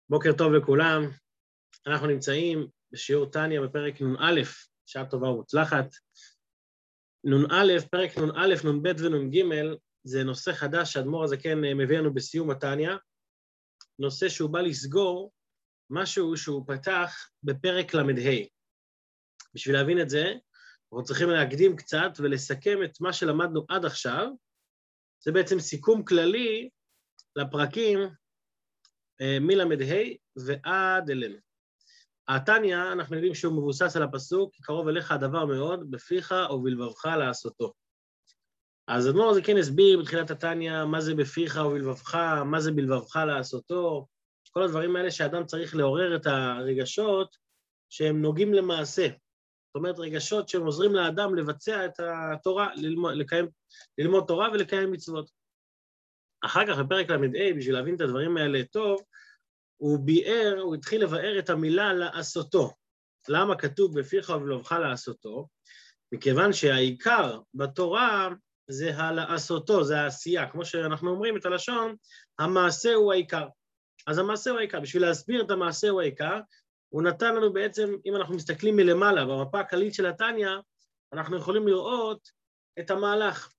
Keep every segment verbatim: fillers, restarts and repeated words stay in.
בוקר טוב לכולם, אנחנו נמצאים בשיעור תניא בפרק נ"א, שעה טובה ומוצלחת. נ"א, פרק נ"א, נ"ב ונ"ג, זה נושא חדש שהאדמו"ר הזקן מביא לנו בסיום התניא, נושא שהוא בא לסגור משהו שהוא פתח בפרק ל"ה. בשביל להבין את זה, אנחנו צריכים להקדים קצת ולסכם את מה שלמדנו עד עכשיו. זה בעצם סיכום כללי לפרקים מל"ה ועד אלינו. התניא, אנחנו יודעים שהוא מבוסס על הפסוק, קרוב אליך הדבר מאוד, בפיך ובלבבך לעשותו. אז האדמו"ר הזקן הסביר בתחילת התניא, מה זה בפיך ובלבבך, מה זה בלבבך לעשותו, כל הדברים האלה שאדם צריך לעורר את הרגשות שהם נוגעים למעשה. זאת אומרת, רגשות שהם עוזרים לאדם לבצע את התורה, ללמוד, לקיים, ללמוד תורה ולקיים מצוות. אחר כך בפרק ל"ה, בשביל להבין את הדברים האלה טוב, הוא ביאר, הוא התחיל לבאר את המילה לעשותו. למה כתוב בפיך ובלבבך לעשותו? מכיוון שהעיקר בתורה זה הלעשותו, זה העשייה. כמו שאנחנו אומרים את הלשון, המעשה הוא העיקר. אז המעשה הוא העיקר. בשביל להסביר את המעשה הוא העיקר, הוא נתן לנו בעצם, אם אנחנו מסתכלים מלמעלה, במפה הכללית של התניא, אנחנו יכולים לראות את המהלך.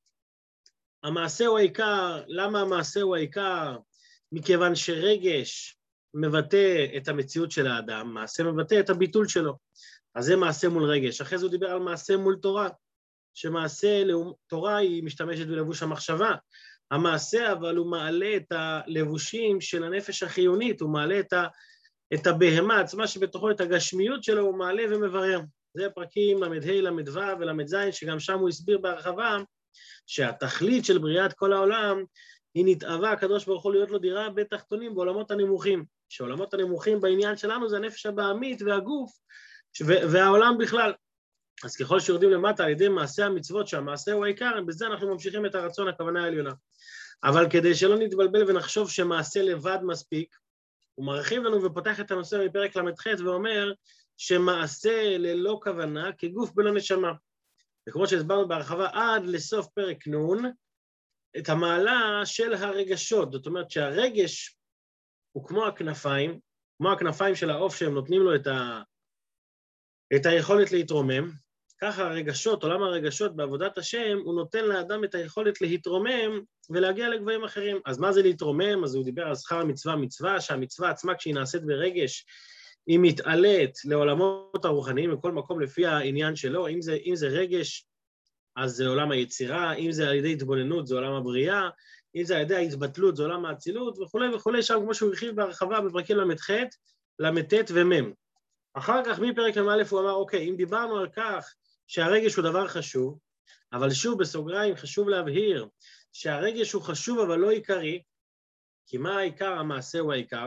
המעשה הוא העיקר. למה המעשה הוא העיקר? מכיוון שרגש מבטא את המציאות של האדם, מעשה מבטא את הביטול שלו. אז זה מעשה מול רגש. אחרי זה הוא דיבר על מעשה מול תורה, שמעשה תורה היא משתמשת בלבוש המחשבה. המעשה אבל הוא מעלה את הלבושים של הנפש החיונית, הוא מעלה את, ה, את הבהמה עצמה שבתוכו, את הגשמיות שלו, הוא מעלה ומברר. זה הפרקים ל"ה, ל"ו ול"ז, שגם שם הוא הסביר בהרחבה, שהתכלית של בריאת כל העולם, היא נתאווה הקדוש ברוך הוא להיות לו דירה בתחתונים, בעולמות הנמוכים. שעולמות הנמוכים בעניין שלנו זה הנפש הבהמית והגוף, והעולם בכלל. אז ככל שיורדים למטה על ידי מעשה המצוות, שהמעשה הוא העיקר, בזה אנחנו ממשיכים את הרצון, הכוונה העליונה. אבל כדי שלא נתבלבל ונחשוב שמעשה לבד מספיק, הוא מרחיב לנו ופותח את הנושא מפרק ל"ח ואומר שמעשה ללא כוונה כגוף בלא נשמה. וכמו שהסברנו בהרחבה עד לסוף פרק נ', את המעלה של הרגשות. זאת אומרת שהרגש הוא כמו הכנפיים, כמו הכנפיים של העוף שהם נותנים לו את, ה... את היכולת להתרומם. ככה הרגשות, עולם הרגשות בעבודת השם, הוא נותן לאדם את היכולת להתרומם ולהגיע לגבהים אחרים. אז מה זה להתרומם? אז הוא דיבר על שכר מצווה מצווה, שהמצווה עצמה כשהיא נעשית ברגש, היא מתעלית לעולמות הרוחניים בכל מקום לפי העניין שלו. אם זה, אם זה רגש, אז זה עולם היצירה, אם זה על ידי התבוננות, זה עולם הבריאה, אם זה על ידי ההתבטלות, זה עולם האצילות, וכולי וכולי, שם כמו שהוא הרחיב בהרחבה בפרקים ל"ח, ל"ט ומ"ם. אחר כך מפרק ל"א הוא אמר, אוקיי, אם דיברנו על כך שהרגש הוא דבר חשוב, אבל שוב בסוגריים חשוב להבהיר שהרגש הוא חשוב אבל לא עיקרי, כי מה העיקר? המעשה הוא העיקר.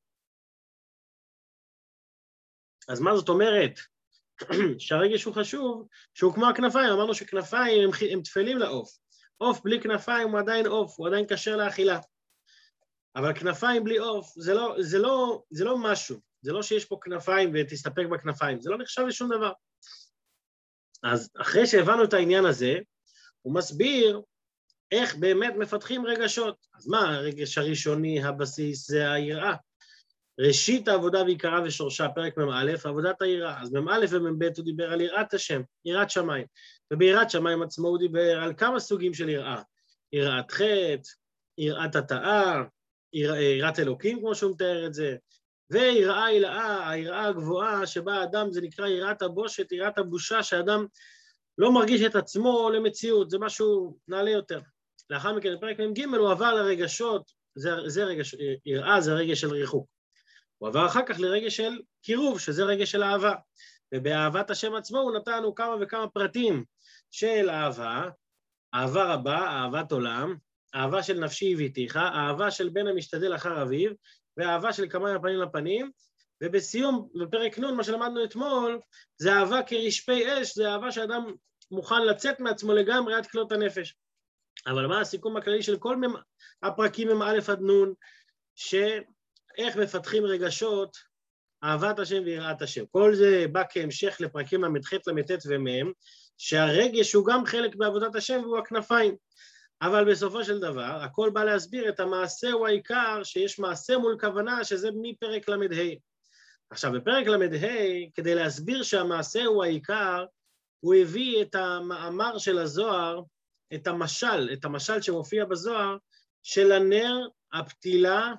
אז מה זאת אומרת? שהרגש הוא חשוב, שהוא כמו הכנפיים, אמרנו שכנפיים הם, הם תפלים לעוף. עוף בלי כנפיים הוא עדיין עוף, הוא עדיין כשר לאכילה. אבל כנפיים בלי עוף, זה לא, זה לא, זה לא משהו. זה לא שיש פה כנפיים ותסתפק בכנפיים, זה לא נחשב לשום דבר. אז אחרי שהבנו את העניין הזה, הוא מסביר איך באמת מפתחים רגשות. אז מה הרגש הראשוני, הבסיס, זה היראה. ראשית העבודה ועיקרה ושורשה, פרק מ"א, עבודת היראה. אז מ"א ומ"ב הוא דיבר על יראת השם, יראת שמיים. וביראת שמיים עצמו הוא דיבר על כמה סוגים של יראה. יראת חטא, יראת התאה, יראת אלוקים, כמו שהוא מתאר את זה. ויראה הילאה, היראה הגבוהה שבה האדם, זה נקרא יראת הבושת, יראת הבושה, שהאדם לא מרגיש את עצמו למציאות, זה משהו נעלה יותר. לאחר מכן, בפרק מ"ג הוא עבר לרגשות, זה, זה רגש, יראה זה רגש של ריחוק. הוא עבר אחר כך לרגש של קירוב, שזה רגש של אהבה. ובאהבת השם עצמו הוא נתן לנו כמה וכמה פרטים של אהבה, אהבה רבה, אהבת עולם, אהבה של נפשי הביתיך, אהבה של בן המשתדל אחר אביו, ואהבה של כמה הפנים לפנים, ובסיום, בפרק נ', מה שלמדנו אתמול, זה אהבה כרשפי אש, זה אהבה שאדם מוכן לצאת מעצמו לגמרי עד כלות הנפש. אבל מה הסיכום הכללי של כל הפרקים עם א' עד נ', שאיך מפתחים רגשות, אהבת השם ויראת השם. כל זה בא כהמשך לפרקים ל"ח, ל"ט ומ"ם, שהרגש הוא גם חלק בעבודת השם והוא הכנפיים. אבל בסופו של דבר, הכל בא להסביר את המעשה הוא העיקר, שיש מעשה מול כוונה, שזה מפרק למד ה'. עכשיו, בפרק למד ה', כדי להסביר שהמעשה הוא העיקר, הוא הביא את המאמר של הזוהר, את המשל, את המשל שמופיע בזוהר, של הנר, הפתילה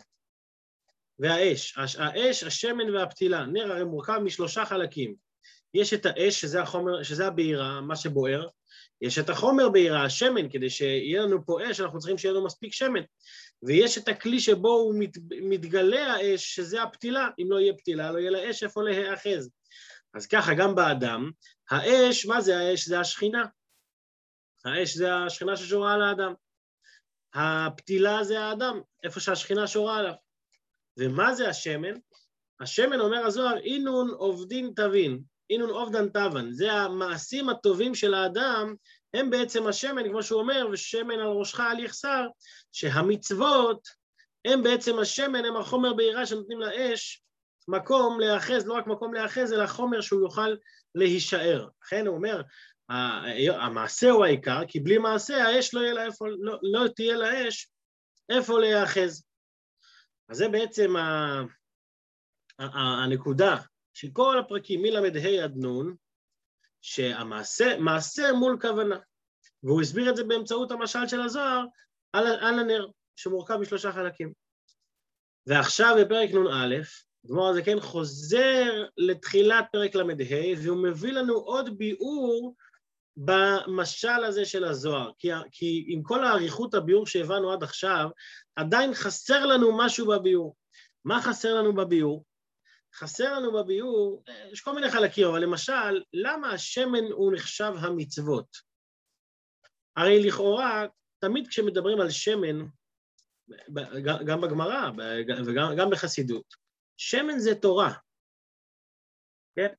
והאש. האש, השמן והפתילה. נר הרי מורכב משלושה חלקים. יש את האש, שזה החומר, שזה הבעירה, מה שבוער. יש את החומר בעירה, השמן, כדי שיהיה לנו פה אש, אנחנו צריכים שיהיה לנו מספיק שמן. ויש את הכלי שבו הוא מת, מתגלה האש, שזה הפתילה. אם לא יהיה פתילה, לא יהיה לה אש איפה להיאחז. אז ככה, גם באדם, האש, מה זה האש? זה השכינה. האש זה השכינה ששורה על האדם. הפתילה זה האדם, איפה שהשכינה שורה עליו. ומה זה השמן? השמן, אומר הזוהר, אינון עובדין תבין, אינון עובדן תבן. זה המעשים הטובים של האדם, הם בעצם השמן, כמו שהוא אומר, ושמן על ראשך על יחסר, שהמצוות הם בעצם השמן, הם החומר בעירה שנותנים לאש, מקום להאחז, לא רק מקום להאחז, אלא חומר שהוא יוכל להישאר. לכן הוא אומר, המעשה הוא העיקר, כי בלי מעשה האש לא, יהיה לה איפה, לא, לא תהיה לאש איפה להיאחז. אז זה בעצם ה, ה, הנקודה של כל הפרקים מלמד ה' עד נון, שהמעשה מעשה מול כוונה. והוא הסביר את זה באמצעות המשל של הזוהר על, על הנר, שמורכב משלושה חלקים. ועכשיו בפרק נון א', הדבר הזה כן חוזר לתחילת פרק למד ה', והוא מביא לנו עוד ביאור במשל הזה של הזוהר, כי, כי עם כל האריכות הביאור שהבנו עד עכשיו, עדיין חסר לנו משהו בביאור. מה חסר לנו בביאור? חסר לנו בביאור, יש כל מיני חלקים, אבל למשל, למה השמן הוא נחשב המצוות? הרי לכאורה, תמיד כשמדברים על שמן, גם בגמרא וגם גם בחסידות, שמן זה תורה, כן?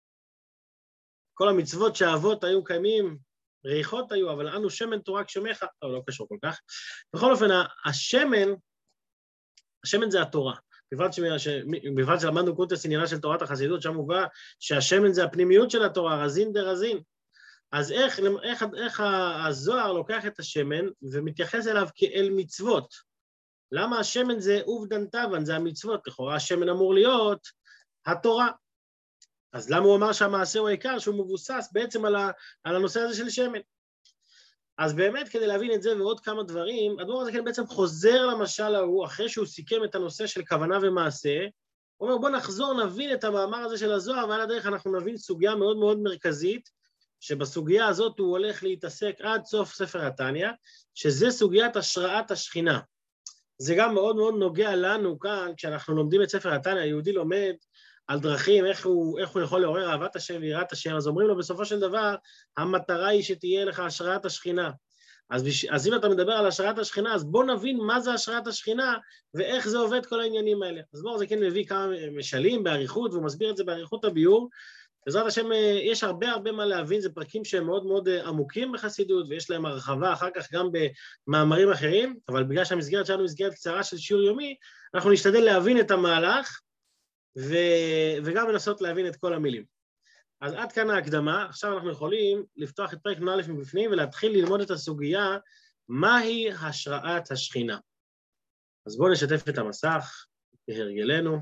כל המצוות שהאבות היו קיימים, ריחות היו, אבל אנו שמן תורה כשמך, טוב, לא קשור כל כך. בכל אופן, השמן, השמן זה התורה. בפרט שלמדנו קונטקסט עניינה של תורת החסידות, שם מובא שהשמן זה הפנימיות של התורה, רזין דרזין. אז איך, איך, איך הזוהר לוקח את השמן ומתייחס אליו כאל מצוות? למה השמן זה עובדן תבן, זה המצוות? לכאורה השמן אמור להיות התורה. אז למה הוא אמר שהמעשה הוא העיקר, שהוא מבוסס בעצם על, ה, על הנושא הזה של שמן? אז באמת כדי להבין את זה ועוד כמה דברים, הדבר הזה כן בעצם חוזר למשל ההוא, אחרי שהוא סיכם את הנושא של כוונה ומעשה, הוא אומר בוא נחזור נבין את המאמר הזה של הזוהר, ועל הדרך אנחנו נבין סוגיה מאוד מאוד מרכזית, שבסוגיה הזאת הוא הולך להתעסק עד סוף ספר התניא, שזה סוגיית השראת השכינה. זה גם מאוד מאוד נוגע לנו כאן, כשאנחנו לומדים את ספר התניא, היהודי לומד על דרכים, איך הוא, איך הוא יכול לעורר אהבת השם ויראת השם, אז אומרים לו בסופו של דבר, המטרה היא שתהיה לך השראת השכינה. אז, אז אם אתה מדבר על השראת השכינה, אז בוא נבין מה זה השראת השכינה, ואיך זה עובד כל העניינים האלה. אז בואו זה כן מביא כמה משלים באריכות, והוא מסביר את זה באריכות הביאור. בעזרת השם, יש הרבה הרבה מה להבין, זה פרקים שהם מאוד מאוד עמוקים בחסידות, ויש להם הרחבה אחר כך גם במאמרים אחרים, אבל בגלל שהמסגרת שלנו מסגרת קצרה של שיעור יומי, אנחנו נשתדל להבין את המהלך, ו... וגם לנסות להבין את כל המילים. אז עד כאן ההקדמה, עכשיו אנחנו יכולים לפתוח את פרק נ"א מבפנים, ולהתחיל ללמוד את הסוגיה, מהי השראת השכינה. אז בואו נשתף את המסך, כהרגלנו,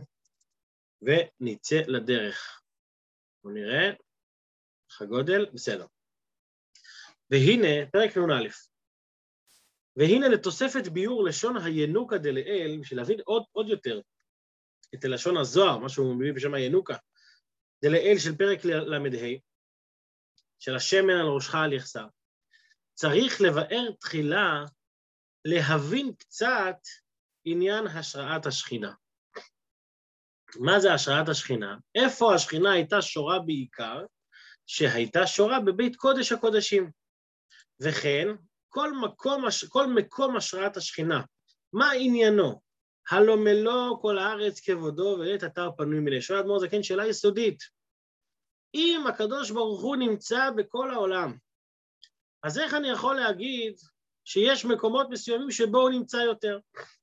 ונצא לדרך. בואו נראה, איך הגודל, בסדר. והנה, פרק נ"א. והנה לתוספת ביור לשון הינוקה דלאל, בשביל להבין עוד, עוד יותר את לשון הזוהר, מה שהוא מביא בשם הינוקה, דלאל של פרק למד ה', של השמן על ראשך על יחסר. צריך לבאר תחילה, להבין קצת עניין השראת השכינה. מה זה השראת השכינה? איפה השכינה הייתה שורה בעיקר? שהייתה שורה בבית קודש הקודשים. וכן, כל מקום, כל מקום השראת השכינה, מה עניינו? הלא מלוא כל הארץ כבודו ולית אתר פנוי מלא. שואל אדמו"ר זקן, כן, שאלה יסודית. אם הקדוש ברוך הוא נמצא בכל העולם, אז איך אני יכול להגיד שיש מקומות מסוימים שבו הוא נמצא יותר?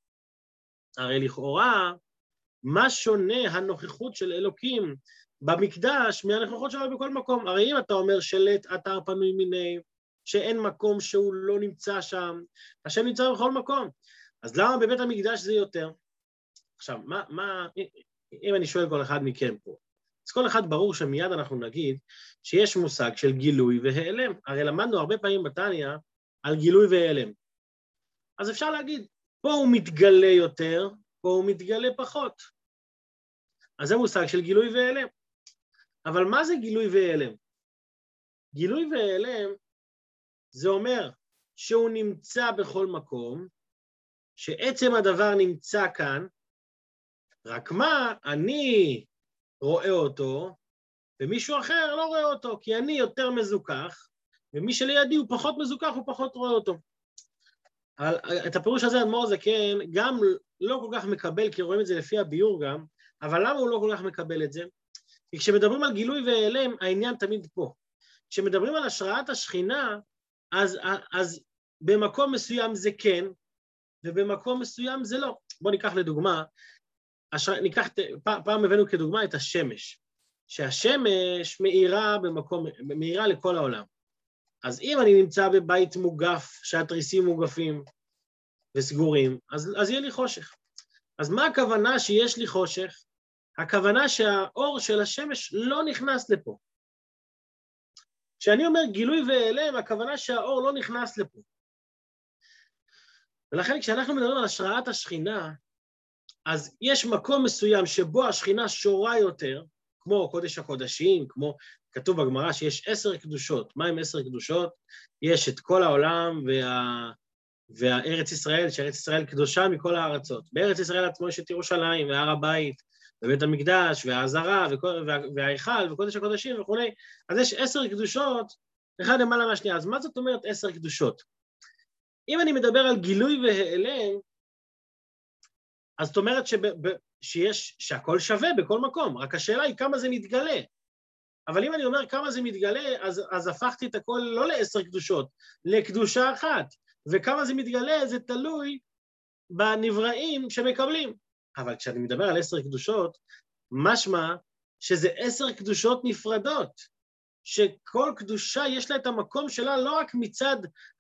הרי לכאורה, מה שונה הנוכחות של אלוקים במקדש מהנוכחות שלו בכל מקום? הרי אם אתה אומר שלית אתר פנוי מיני, שאין מקום שהוא לא נמצא שם, השם נמצא בכל מקום. אז למה בבית המקדש זה יותר? עכשיו, מה, מה, אם אני שואל כל אחד מכם פה, אז כל אחד ברור שמיד אנחנו נגיד שיש מושג של גילוי והיעלם. הרי למדנו הרבה פעמים בתניא על גילוי והיעלם. אז אפשר להגיד, פה הוא מתגלה יותר, פה הוא מתגלה פחות. אז זה מושג של גילוי והיעלם. אבל מה זה גילוי והיעלם? גילוי והיעלם זה אומר שהוא נמצא בכל מקום, שעצם הדבר נמצא כאן, רק מה, אני רואה אותו, ומישהו אחר לא רואה אותו, כי אני יותר מזוכח, ומי שלידי הוא פחות מזוכח, הוא פחות רואה אותו. אבל את הפירוש הזה, אדמו"ר הזקן, גם לא כל כך מקבל, כי רואים את זה לפי הביור גם, אבל למה הוא לא כל כך מקבל את זה? כי כשמדברים על גילוי והיעלם, העניין תמיד פה. כשמדברים על השראת השכינה, אז, אז במקום מסוים זה כן, ובמקום מסוים זה לא. בואו ניקח לדוגמה, השר... ניקח, פעם, פעם הבאנו כדוגמה את השמש, שהשמש מאירה במקום, מאירה לכל העולם. אז אם אני נמצא בבית מוגף, שהתריסים מוגפים וסגורים, אז, אז יהיה לי חושך. אז מה הכוונה שיש לי חושך? הכוונה שהאור של השמש לא נכנס לפה. כשאני אומר גילוי והיעלם, הכוונה שהאור לא נכנס לפה. ולכן כשאנחנו מדברים על השראת השכינה, אז יש מקום מסוים שבו השכינה שורה יותר, כמו קודש הקודשים, כמו כתוב בגמרא שיש עשר קדושות. מה עם עשר קדושות? יש את כל העולם וה... והארץ ישראל, שארץ ישראל קדושה מכל הארצות. בארץ ישראל עצמו יש את ירושלים והר הבית, ובית המקדש והעזרה וההיכל וקודש הקודשים וכו'. אז יש עשר קדושות, אחד למעלה מהשנייה. אז מה זאת אומרת עשר קדושות? אם אני מדבר על גילוי והיעלם, אז זאת אומרת שב, שיש, שהכל שווה בכל מקום, רק השאלה היא כמה זה מתגלה. אבל אם אני אומר כמה זה מתגלה, אז, אז הפכתי את הכל לא לעשר קדושות, לקדושה אחת, וכמה זה מתגלה זה תלוי בנבראים שמקבלים. אבל כשאני מדבר על עשר קדושות, משמע שזה עשר קדושות נפרדות, שכל קדושה יש לה את המקום שלה לא רק מצד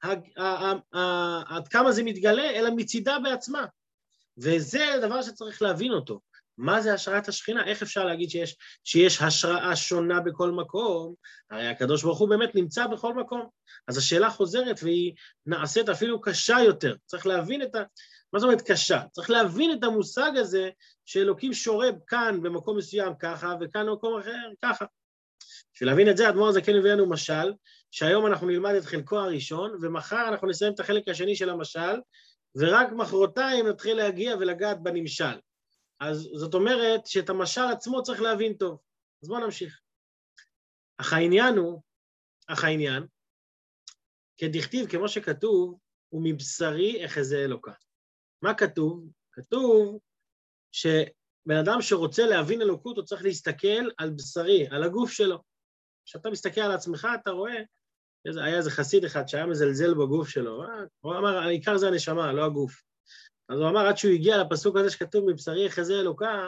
עד כמה זה מתגלה, אלא מצידה בעצמה. וזה דבר שצריך להבין אותו. מה זה השראת השכינה? איך אפשר להגיד שיש, שיש השראה שונה בכל מקום? הרי הקדוש ברוך הוא באמת נמצא בכל מקום. אז השאלה חוזרת והיא נעשית אפילו קשה יותר. צריך להבין את ה... מה זאת אומרת קשה? צריך להבין את המושג הזה שאלוקים שורב כאן במקום מסוים ככה, וכאן במקום אחר ככה. בשביל להבין את זה, האדמו"ר הזקן הביא לנו משל, שהיום אנחנו נלמד את חלקו הראשון, ומחר אנחנו נסיים את החלק השני של המשל, ורק מחרתיים נתחיל להגיע ולגעת בנמשל. אז זאת אומרת שאת המשל עצמו צריך להבין טוב. אז בואו נמשיך. אך העניין הוא, אך העניין, כדכתיב, כמו שכתוב, הוא מבשרי אחזה אלוקה. מה כתוב? כתוב שבן אדם שרוצה להבין אלוקות, הוא צריך להסתכל על בשרי, על הגוף שלו. כשאתה מסתכל על עצמך, אתה רואה, היה איזה חסיד אחד שהיה מזלזל בגוף שלו, הוא אמר, העיקר זה הנשמה, לא הגוף. אז הוא אמר, עד שהוא הגיע לפסוק הזה שכתוב מבשרי אחזה אלוקה,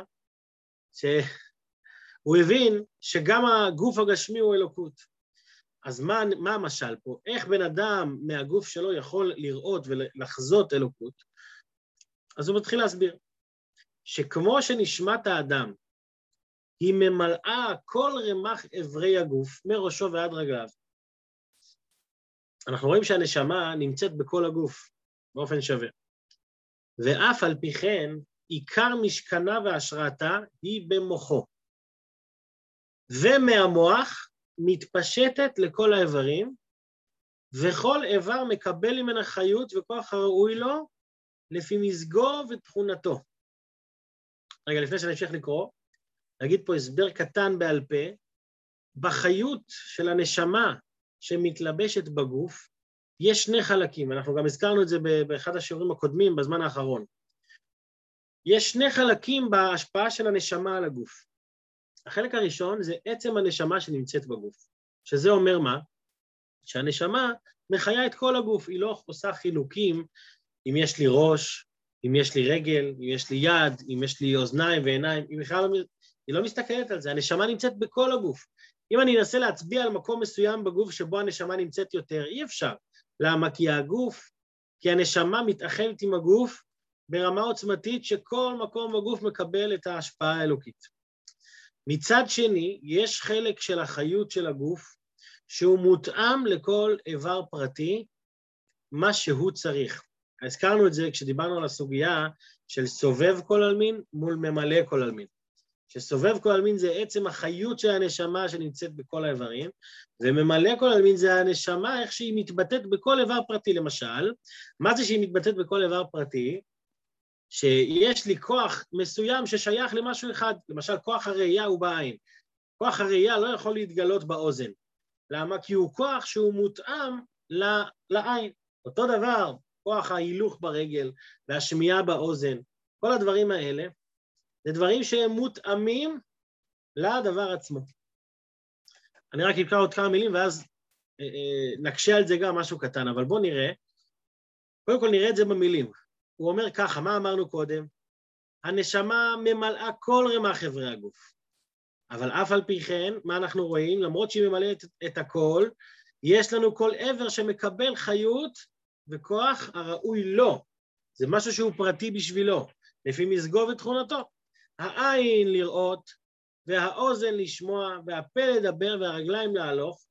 שהוא הבין שגם הגוף הגשמי הוא אלוקות. אז מה, מה המשל פה? איך בן אדם מהגוף שלו יכול לראות ולחזות אלוקות? אז הוא מתחיל להסביר, שכמו שנשמת האדם, היא ממלאה כל רמ"ח אברי הגוף, מראשו ועד רגליו. אנחנו רואים שהנשמה נמצאת בכל הגוף, באופן שווה. ואף על פי כן, עיקר משכנה והשראתה היא במוחו. ומהמוח מתפשטת לכל האיברים, וכל איבר מקבל ממנה חיות וכוח הראוי לו, לפי מזגו ותכונתו. רגע, לפני שאני אמשיך לקרוא, נגיד פה הסבר קטן בעל פה, בחיות של הנשמה שמתלבשת בגוף, יש שני חלקים, אנחנו גם הזכרנו את זה באחד השיעורים הקודמים בזמן האחרון. יש שני חלקים בהשפעה של הנשמה על הגוף. החלק הראשון זה עצם הנשמה שנמצאת בגוף, שזה אומר מה? שהנשמה מחיה את כל הגוף, היא לא עושה חילוקים, אם יש לי ראש, אם יש לי רגל, אם יש לי יד, אם יש לי אוזניים ועיניים, היא, בכלל, היא לא מסתכלת על זה, הנשמה נמצאת בכל הגוף. אם אני אנסה להצביע על מקום מסוים בגוף שבו הנשמה נמצאת יותר, אי אפשר. למה? כי הגוף, כי הנשמה מתאחדת עם הגוף ברמה עוצמתית שכל מקום בגוף מקבל את ההשפעה האלוקית. מצד שני, יש חלק של החיות של הגוף שהוא מותאם לכל איבר פרטי, מה שהוא צריך. הזכרנו את זה כשדיברנו על הסוגיה של סובב כל אלמין מול ממלא כל אלמין. שסובב כל אלמין זה עצם החיות של הנשמה שנמצאת בכל האיברים, וממלא כל אלמין זה הנשמה איך שהיא מתבטאת בכל איבר פרטי. למשל, מה זה שהיא מתבטאת בכל איבר פרטי? שיש לי כוח מסוים ששייך למשהו אחד, למשל כוח הראייה הוא בעין. כוח הראייה לא יכול להתגלות באוזן. למה? כי הוא כוח שהוא מותאם לעין. אותו דבר, כוח ההילוך ברגל והשמיעה באוזן, כל הדברים האלה, זה דברים שהם מותאמים לדבר עצמו. אני רק אקרא עוד כמה מילים ואז אה, אה, נקשה על זה גם משהו קטן, אבל בואו נראה. קודם כל נראה את זה במילים. הוא אומר ככה, מה אמרנו קודם? הנשמה ממלאה כל רמ"ח איברי הגוף. אבל אף על פי כן, מה אנחנו רואים? למרות שהיא ממלאת את הכל, יש לנו כל עבר שמקבל חיות וכוח הראוי לו. זה משהו שהוא פרטי בשבילו, לפי מזגו ותכונתו. העין לראות, והאוזן לשמוע, והפה לדבר, והרגליים להלוך.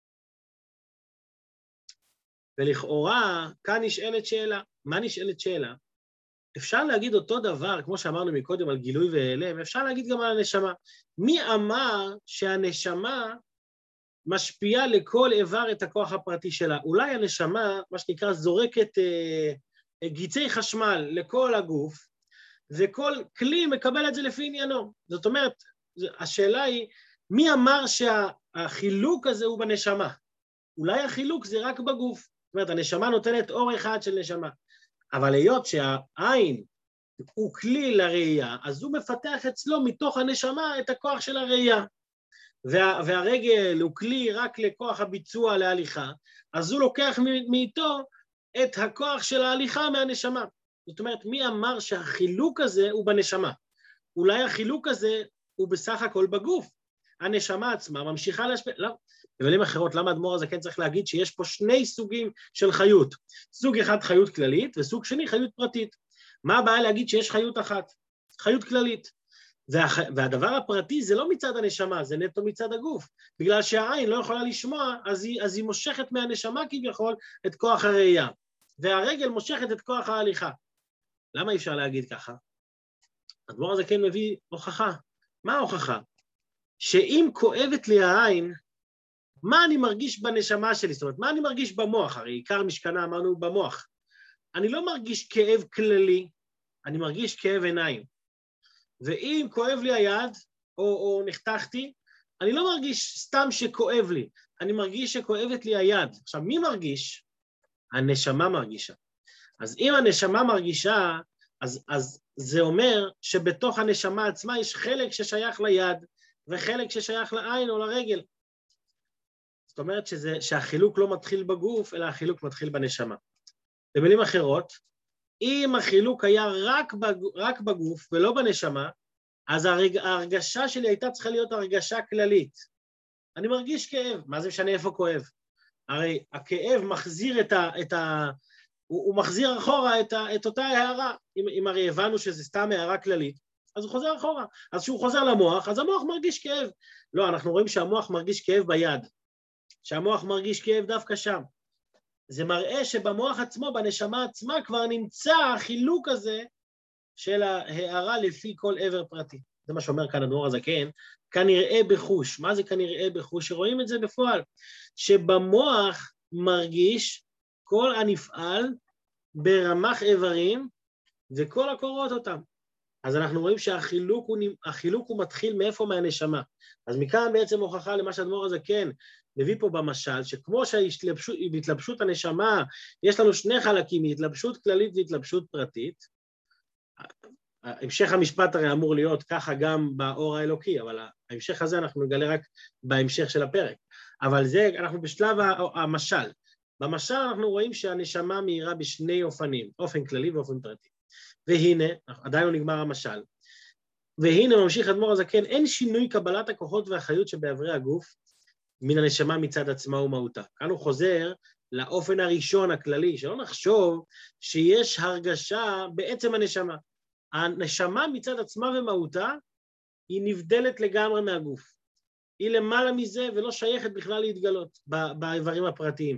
ולכאורה, כאן נשאלת שאלה. מה נשאלת שאלה? אפשר להגיד אותו דבר, כמו שאמרנו מקודם על גילוי והיעלם, אפשר להגיד גם על הנשמה. מי אמר שהנשמה משפיעה לכל איבר את הכוח הפרטי שלה? אולי הנשמה, מה שנקרא, זורקת אה, גיצי חשמל לכל הגוף, וכל כלי מקבל את זה לפי עניינו. זאת אומרת, השאלה היא, מי אמר שהחילוק הזה הוא בנשמה? אולי החילוק זה רק בגוף. זאת אומרת, הנשמה נותנת אור אחד של נשמה. אבל היות שהעין הוא כלי לראייה, אז הוא מפתח אצלו מתוך הנשמה את הכוח של הראייה. וה, והרגל הוא כלי רק לכוח הביצוע להליכה, אז הוא לוקח מאיתו את הכוח של ההליכה מהנשמה. זאת אומרת, מי אמר שהחילוק הזה הוא בנשמה? אולי החילוק הזה הוא בסך הכל בגוף. הנשמה עצמה ממשיכה להשפיע, לא, במילים אחרות, למה האדמו"ר הזה כן צריך להגיד שיש פה שני סוגים של חיות? סוג אחד חיות כללית, וסוג שני חיות פרטית. מה הבעיה להגיד שיש חיות אחת? חיות כללית. וה, והדבר הפרטי זה לא מצד הנשמה, זה נטו מצד הגוף. בגלל שהעין לא יכולה לשמוע, אז היא, אז היא מושכת מהנשמה כביכול את כוח הראייה. והרגל מושכת את כוח ההליכה. למה אי אפשר להגיד ככה? האדמו"ר הזה כן מביא הוכחה. מה ההוכחה? שאם כואבת לי העין, מה אני מרגיש בנשמה שלי? זאת אומרת, מה אני מרגיש במוח? הרי עיקר משכנה אמרנו במוח. אני לא מרגיש כאב כללי, אני מרגיש כאב עיניים. ואם כואב לי היד, או, או נחתכתי, אני לא מרגיש סתם שכואב לי, אני מרגיש שכואבת לי היד. עכשיו, מי מרגיש? הנשמה מרגישה. אז אם הנשמה מרגישה, אז, אז זה אומר שבתוך הנשמה עצמה יש חלק ששייך ליד, וחלק ששייך לעין או לרגל. זאת אומרת שזה, שהחילוק לא מתחיל בגוף, אלא החילוק מתחיל בנשמה. במילים אחרות, אם החילוק היה רק, בג, רק בגוף ולא בנשמה, אז הרג, ההרגשה שלי הייתה צריכה להיות הרגשה כללית. אני מרגיש כאב, מה זה משנה איפה כואב? הרי הכאב מחזיר את ה... את ה הוא, הוא מחזיר אחורה את, ה, את אותה הערה. אם, אם הרי הבנו שזה סתם הערה כללית, אז הוא חוזר אחורה. אז כשהוא חוזר למוח, אז המוח מרגיש כאב. לא, אנחנו רואים שהמוח מרגיש כאב ביד. שהמוח מרגיש כאב דווקא שם. זה מראה שבמוח עצמו, בנשמה עצמה, כבר נמצא החילוק הזה של ההערה לפי כל עבר פרטי. זה מה שאומר כאן האדמו"ר הזקן, כנראה בחוש. מה זה כנראה בחוש? שרואים את זה בפועל. שבמוח מרגיש כל הנפעל ברמ"ח איברים, וכל הקורות אותם. אז אנחנו רואים שהחילוק הוא, החילוק הוא מתחיל מאיפה? מהנשמה. אז מכאן בעצם הוכחה למה שהאדמו"ר הזקן מביא פה במשל, שכמו שבהתלבשות הנשמה יש לנו שני חלקים, התלבשות כללית והתלבשות פרטית, המשך המשפט הרי אמור להיות ככה גם באור האלוקי, אבל ההמשך הזה אנחנו נגלה רק בהמשך של הפרק. אבל זה, אנחנו בשלב המשל. במשל אנחנו רואים שהנשמה מהירה בשני אופנים, אופן כללי ואופן פרטי. והנה, עדיין לא נגמר המשל, והנה ממשיך האדמו"ר הזקן, אין שינוי קבלת הכוחות והחיות שבאיברי הגוף, מן הנשמה מצד עצמה ומהותה. כאן הוא חוזר לאופן הראשון הכללי, שלא נחשוב שיש הרגשה בעצם הנשמה. הנשמה מצד עצמה ומהותה היא נבדלת לגמרי מהגוף. היא למעלה מזה ולא שייכת בכלל להתגלות באיברים הפרטיים.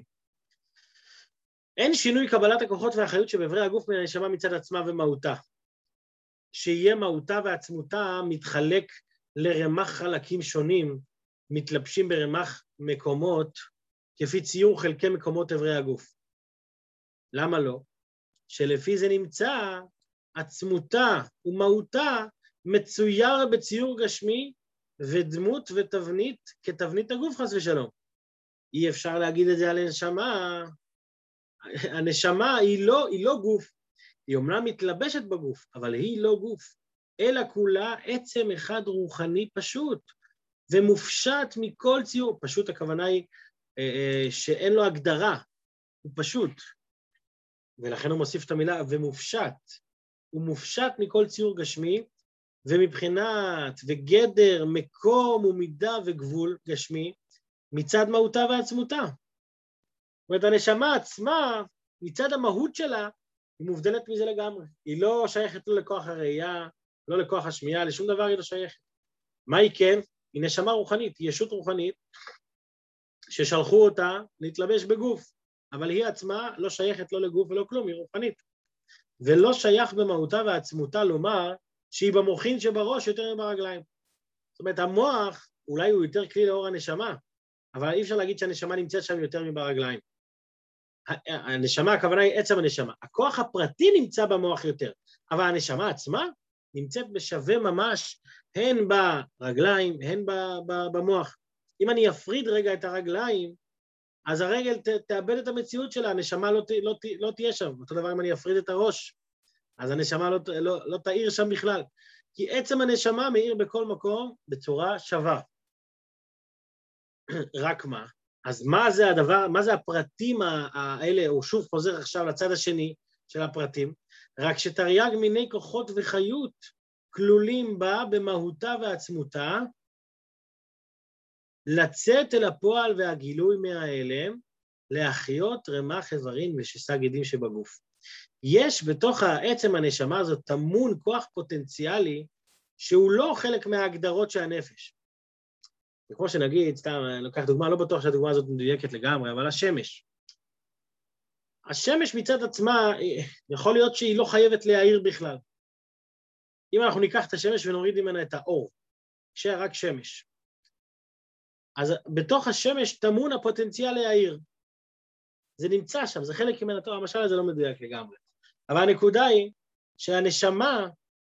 אין שינוי קבלת הכוחות והחיות שבאיברי הגוף מן הנשמה מצד עצמה ומהותה. שיהיה מהותה ועצמותה מתחלק לרמ"ח חלקים שונים, מתלבשים ברמ"ח מקומות, כפי ציור חלקי מקומות איברי הגוף. למה לא? שלפי זה נמצא עצמותה ומהותה מצויר בציור גשמי ודמות ותבנית כתבנית הגוף חס ושלום. אי אפשר להגיד את זה על הנשמה. הנשמה היא לא, היא לא גוף, היא אומנם מתלבשת בגוף, אבל היא לא גוף, אלא כולה עצם אחד רוחני פשוט, ומופשט מכל ציור. פשוט הכוונה היא אה, שאין לו הגדרה, הוא פשוט, ולכן הוא מוסיף את המילה ומופשט, הוא מופשט מכל ציור גשמי, ומבחינת וגדר, מקום ומידה וגבול גשמי, מצד מהותה ועצמותה. זאת אומרת, הנשמה עצמה, מצד המהות שלה, היא מובדלת מזה לגמרי. היא לא שייכת לא לכוח הראייה, לא לכוח השמיעה, לשום דבר היא לא שייכת. מה היא כן? היא נשמה רוחנית, היא ישות רוחנית, ששלחו אותה להתלבש בגוף, אבל היא עצמה לא שייכת לא לגוף ולא כלום, היא רוחנית. ולא שייך במהותה ועצמותה לומר שהיא במוחין שבראש יותר מברגליים. זאת אומרת, המוח אולי הוא יותר כלי לאור הנשמה, אבל אי אפשר להגיד שהנשמה נמצאת שם יותר מברגליים. הנשמה, הכוונה היא עצם הנשמה. הכוח הפרטי נמצא במוח יותר, אבל הנשמה עצמה נמצאת בשווה ממש, הן ברגליים, הן במוח. אם אני אפריד רגע את הרגליים, אז הרגל ת, תאבד את המציאות שלה, הנשמה לא, ת, לא, ת, לא תהיה שם. אותו דבר אם אני אפריד את הראש, אז הנשמה לא, לא, לא תאיר שם בכלל. כי עצם הנשמה מאיר בכל מקום בצורה שווה. רק מה? אז מה זה הדבר, מה זה הפרטים האלה, הוא שוב חוזר עכשיו לצד השני של הפרטים, רק שתרי"ג מיני כוחות וחיות כלולים בה במהותה ועצמותה, לצאת אל הפועל והגילוי מהאלם, להחיות רמ"ח איברים ושס"ה גידים שבגוף. יש בתוך העצם הנשמה הזאת טמון כוח פוטנציאלי, שהוא לא חלק מההגדרות של הנפש. וכמו שנגיד, סתם, אני לוקח דוגמה, לא בטוח שהדוגמה הזאת מדויקת לגמרי, אבל השמש. השמש מצד עצמה, יכול להיות שהיא לא חייבת להאיר בכלל. אם אנחנו ניקח את השמש ונוריד ממנה את האור, שיהיה רק שמש. אז בתוך השמש טמון הפוטנציאל להאיר. זה נמצא שם, זה חלק ממנה טוב, המשל הזה לא מדויק לגמרי. אבל הנקודה היא שהנשמה,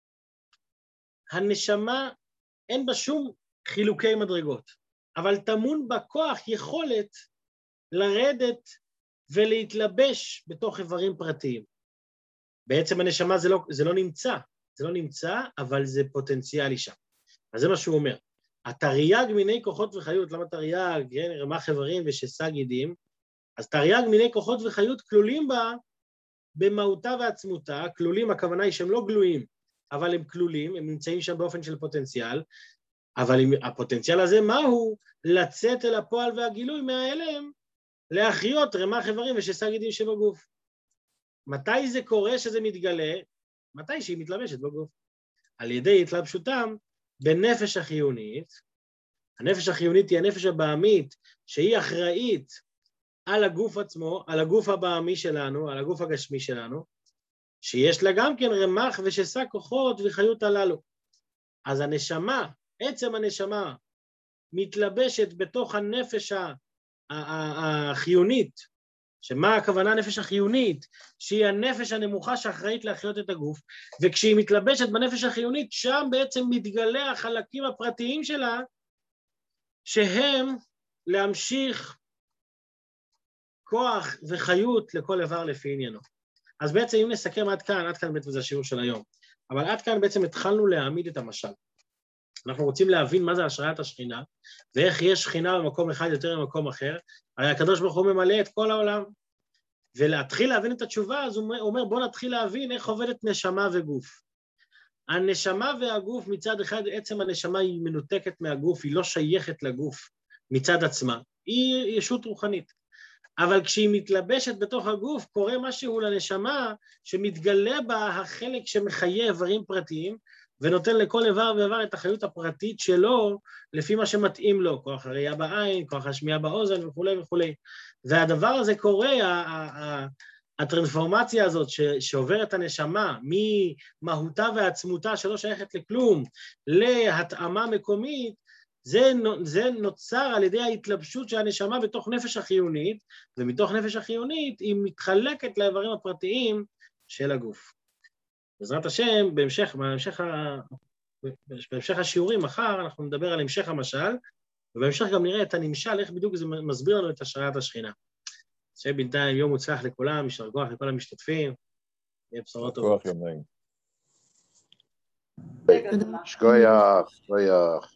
הנשמה אין בה שום חילוקי מדרגות, אבל טמון בכוח יכולת לרדת ולהתלבש בתוך איברים פרטיים. בעצם הנשמה זה לא, זה לא נמצא, זה לא נמצא, אבל זה פוטנציאלי שם. אז זה מה שהוא אומר. התרי"ג מיני כוחות וחיות, למה תרי"ג, כן, רמ"ח איברים ושס"ה גידים, אז תרי"ג מיני כוחות וחיות כלולים בה במהותה ועצמותה, כלולים, הכוונה היא שהם לא גלויים, אבל הם כלולים, הם נמצאים שם באופן של פוטנציאל, אבל הפוטנציאל הזה מהו? לצאת אל הפועל והגילוי מהאלם, להחיות רמ"ח איברים ושס"ה גידים שבגוף. מתי זה קורה שזה מתגלה? מתי שהיא מתלבשת בגוף. על ידי התלבשותם בנפש החיונית. הנפש החיונית היא הנפש הבעמית, שהיא אחראית על הגוף עצמו, על הגוף הבעמי שלנו, על הגוף הגשמי שלנו, שיש לה גם כן רמ"ח ושס"ה כוחות וחיות הללו. אז הנשמה, עצם הנשמה, מתלבשת בתוך הנפש החיונית, שמה הכוונה הנפש החיונית? שהיא הנפש הנמוכה שאחראית להחיות את הגוף, וכשהיא מתלבשת בנפש החיונית, שם בעצם מתגלה החלקים הפרטיים שלה, שהם להמשיך כוח וחיות לכל איבר לפי עניינו. אז בעצם אם נסכם עד כאן, עד כאן בעצם זה השיעור של היום, אבל עד כאן בעצם התחלנו להעמיד את המשל. אנחנו רוצים להבין מה זה השראת השכינה, ואיך יש שכינה במקום אחד יותר ממקום אחר, הרי הקדוש ברוך הוא ממלא את כל העולם, ולהתחיל להבין את התשובה, אז הוא אומר בוא נתחיל להבין איך עובדת נשמה וגוף. הנשמה והגוף מצד אחד, עצם הנשמה היא מנותקת מהגוף, היא לא שייכת לגוף, מצד עצמה, היא ישות רוחנית. אבל כשהיא מתלבשת בתוך הגוף, קורה משהו לנשמה שמתגלה בה החלק שמחיה איברים פרטיים, ונותן לכל איבר ואיבר את החיות הפרטית שלו, לפי מה שמתאים לו, כוח הראייה בעין, כוח השמיעה באוזן וכו' וכו'. והדבר הזה קורה, הטרנספורמציה הזאת שעוברת הנשמה, ממהותה ועצמותה שלא שייכת לכלום, להתאמה מקומית, זה, זה נוצר על ידי ההתלבשות של הנשמה בתוך נפש החיונית, ומתוך נפש החיונית היא מתחלקת לאיברים הפרטיים של הגוף. בעזרת השם, בהמשך, בהמשך, ה... בהמשך השיעורים, מחר אנחנו נדבר על המשך המשל, ובהמשך גם נראה את הנמשל, איך בדיוק זה מסביר לנו את השראת השכינה. שבינתיים יום מוצלח לכולם, יישר כוח לכל המשתתפים, יהיה בשורות טובות. שכוח יום נעים. שכוח, שכוח.